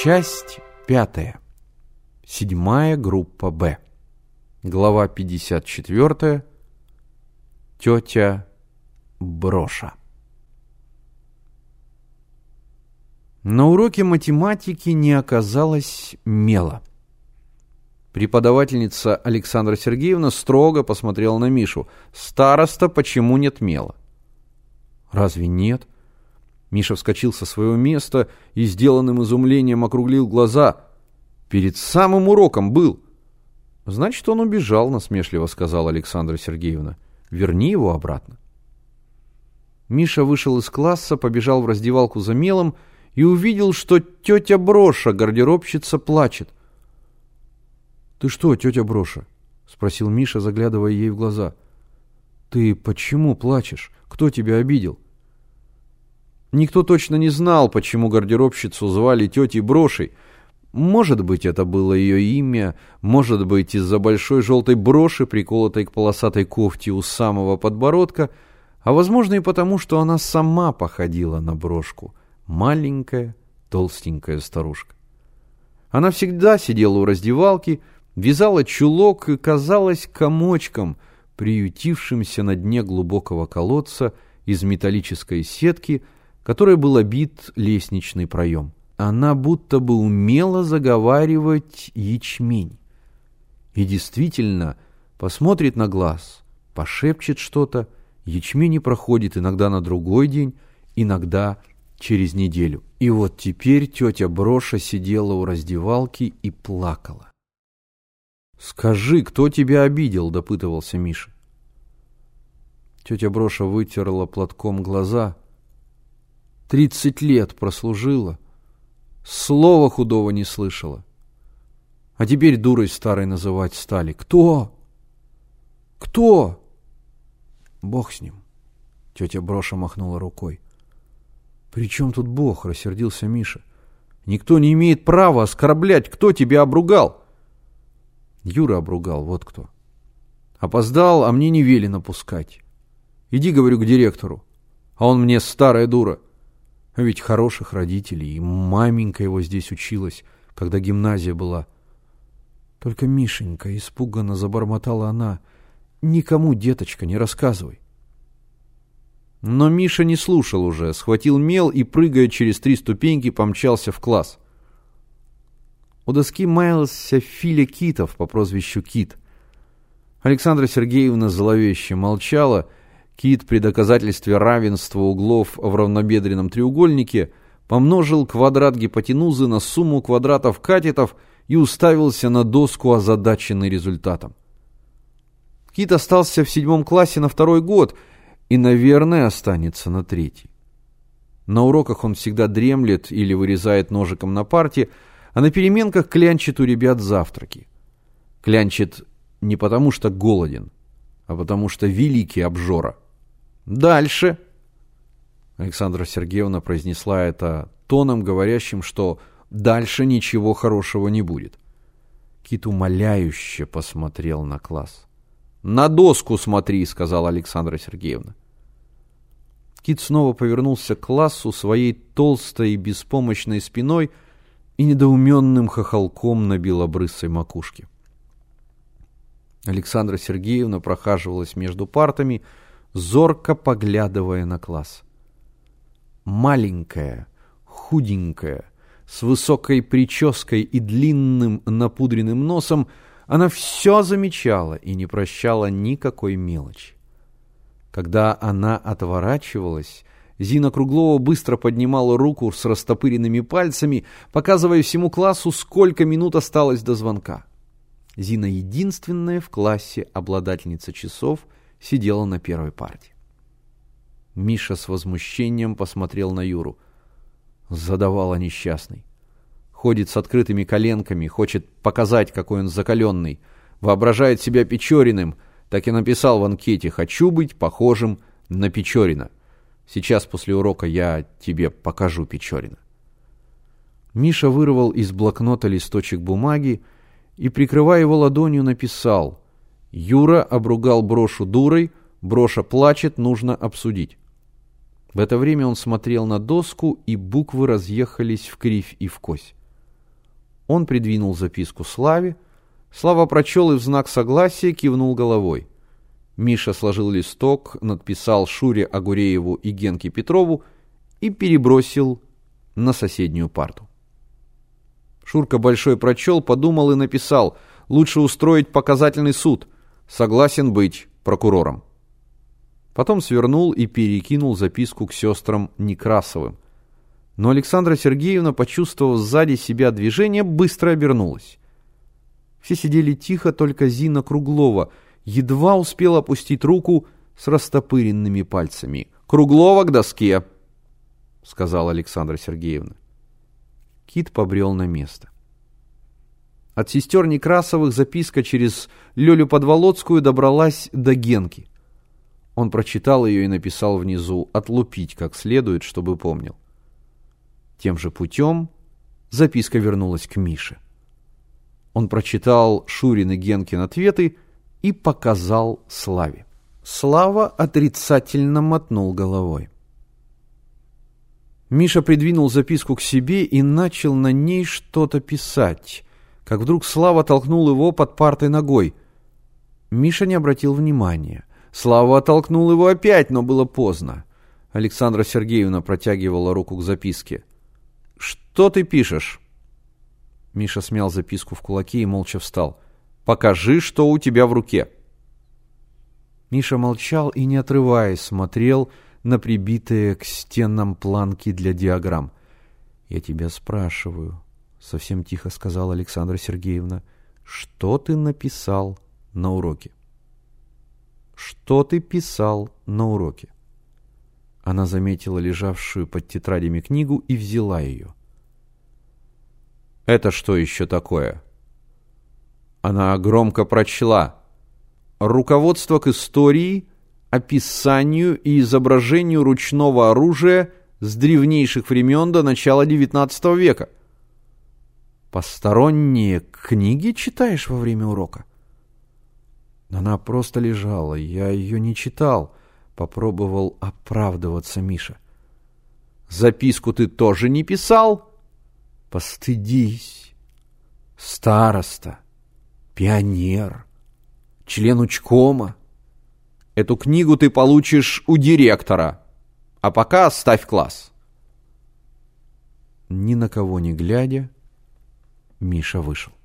Часть 5. 7 группа Б. Глава 54. Тетя Броша. На уроке математики не оказалось мела. Преподавательница Александра Сергеевна строго посмотрела на Мишу. «Староста, почему нет мела?» «Разве нет?» Миша вскочил со своего места и сделанным изумлением округлил глаза. «Перед самым уроком был!» «Значит, он убежал», — насмешливо сказала Александра Сергеевна. «Верни его обратно». Миша вышел из класса, побежал в раздевалку за мелом и увидел, что тетя Броша, гардеробщица, плачет. «Ты что, тетя Броша?» — спросил Миша, заглядывая ей в глаза. «Ты почему плачешь? Кто тебя обидел?» Никто точно не знал, почему гардеробщицу звали тетей Брошей. Может быть, это было ее имя, может быть, из-за большой желтой броши, приколотой к полосатой кофте у самого подбородка, а возможно и потому, что она сама походила на брошку. Маленькая, толстенькая старушка. Она всегда сидела у раздевалки, вязала чулок и казалась комочком, приютившимся на дне глубокого колодца из металлической сетки, которой был обит лестничный проем. Она будто бы умела заговаривать ячмень. И действительно, посмотрит на глаз, пошепчет что-то, ячмень не проходит иногда на другой день, иногда через неделю. И вот теперь тетя Броша сидела у раздевалки и плакала. «Скажи, кто тебя обидел?» — допытывался Миша. Тетя Броша вытерла платком глаза. 30 лет прослужила, слова худого не слышала. А теперь дурой старой называть стали. Кто? Кто? Бог с ним. Тетя Броша махнула рукой. При чем тут Бог? Рассердился Миша. Никто не имеет права оскорблять. Кто тебя обругал? Юра обругал, вот кто. Опоздал, а мне не велено пускать. Иди, говорю, к директору. А он мне старая дура. А ведь хороших родителей, и маменька его здесь училась, когда гимназия была. Только, Мишенька, испуганно забормотала она, никому, деточка, не рассказывай. Но Миша не слушал уже, схватил мел и, прыгая через 3 ступеньки, помчался в класс. У доски маялся Филя Китов по прозвищу Кит. Александра Сергеевна зловеще молчала. Кит при доказательстве равенства углов в равнобедренном треугольнике помножил квадрат гипотенузы на сумму квадратов катетов и уставился на доску, озадаченный результатом. Кит остался в 7 классе на 2-й год и, наверное, останется на 3-й. На уроках он всегда дремлет или вырезает ножиком на парте, а на переменках клянчит у ребят завтраки. Клянчит не потому, что голоден, а потому, что великий обжора. «Дальше!» Александра Сергеевна произнесла это тоном, говорящим, что дальше ничего хорошего не будет. Кит умоляюще посмотрел на класс. «На доску смотри!» — сказала Александра Сергеевна. Кит снова повернулся к классу своей толстой и беспомощной спиной и недоуменным хохолком на белобрысой макушке. Александра Сергеевна прохаживалась между партами, зорко поглядывая на класс. Маленькая, худенькая, с высокой прической и длинным напудренным носом, она все замечала и не прощала никакой мелочи. Когда она отворачивалась, Зина Круглова быстро поднимала руку с растопыренными пальцами, показывая всему классу, сколько минут осталось до звонка. Зина, единственная в классе обладательница часов, сидела на первой парте. Миша с возмущением посмотрел на Юру. Задавала несчастный. Ходит с открытыми коленками, хочет показать, какой он закаленный. Воображает себя Печориным. Так и написал в анкете: «Хочу быть похожим на Печорина. Сейчас после урока я тебе покажу Печорина». Миша вырвал из блокнота листочек бумаги и, прикрывая его ладонью, написал: «Юра обругал Брошу дурой, Броша плачет, нужно обсудить». В это время он смотрел на доску, и буквы разъехались в кривь и в кось. Он придвинул записку Славе. Слава прочел и в знак согласия кивнул головой. Миша сложил листок, надписал Шуре Агурееву и Генке Петрову и перебросил на соседнюю парту. Шурка Большой прочел, подумал и написал: «Лучше устроить показательный суд. Согласен быть прокурором». Потом свернул и перекинул записку к сестрам Некрасовым. Но Александра Сергеевна, почувствовав сзади себя движение, быстро обернулась. Все сидели тихо, только Зина Круглова едва успела опустить руку с растопыренными пальцами. «Круглова к доске», — сказала Александра Сергеевна. Кит побрел на место. От сестер Некрасовых записка через Лёлю Подволоцкую добралась до Генки. Он прочитал ее и написал внизу: «Отлупить как следует, чтобы помнил». Тем же путем записка вернулась к Мише. Он прочитал Шурин и Генкин ответы и показал Славе. Слава отрицательно мотнул головой. Миша придвинул записку к себе и начал на ней что-то писать, как вдруг Слава толкнул его под партой ногой. Миша не обратил внимания. Слава оттолкнул его опять, но было поздно. Александра Сергеевна протягивала руку к записке. «Что ты пишешь?» Миша смял записку в кулаке и молча встал. «Покажи, что у тебя в руке». Миша молчал и, не отрываясь, смотрел на прибитые к стенам планки для диаграмм. «Я тебя спрашиваю», — совсем тихо сказала Александра Сергеевна, «что ты написал на уроке?» «Что ты писал на уроке?» Она заметила лежавшую под тетрадями книгу и взяла ее. «Это что еще такое?» Она громко прочла: «Руководство к истории, описанию и изображению ручного оружия с древнейших времен до начала XIX века». «Посторонние книги читаешь во время урока?» Она просто лежала, я ее не читал. Попробовал оправдываться Миша. «Записку ты тоже не писал?» «Постыдись. Староста, пионер, член учкома. Эту книгу ты получишь у директора, а пока оставь класс». Ни на кого не глядя, Миша вышел.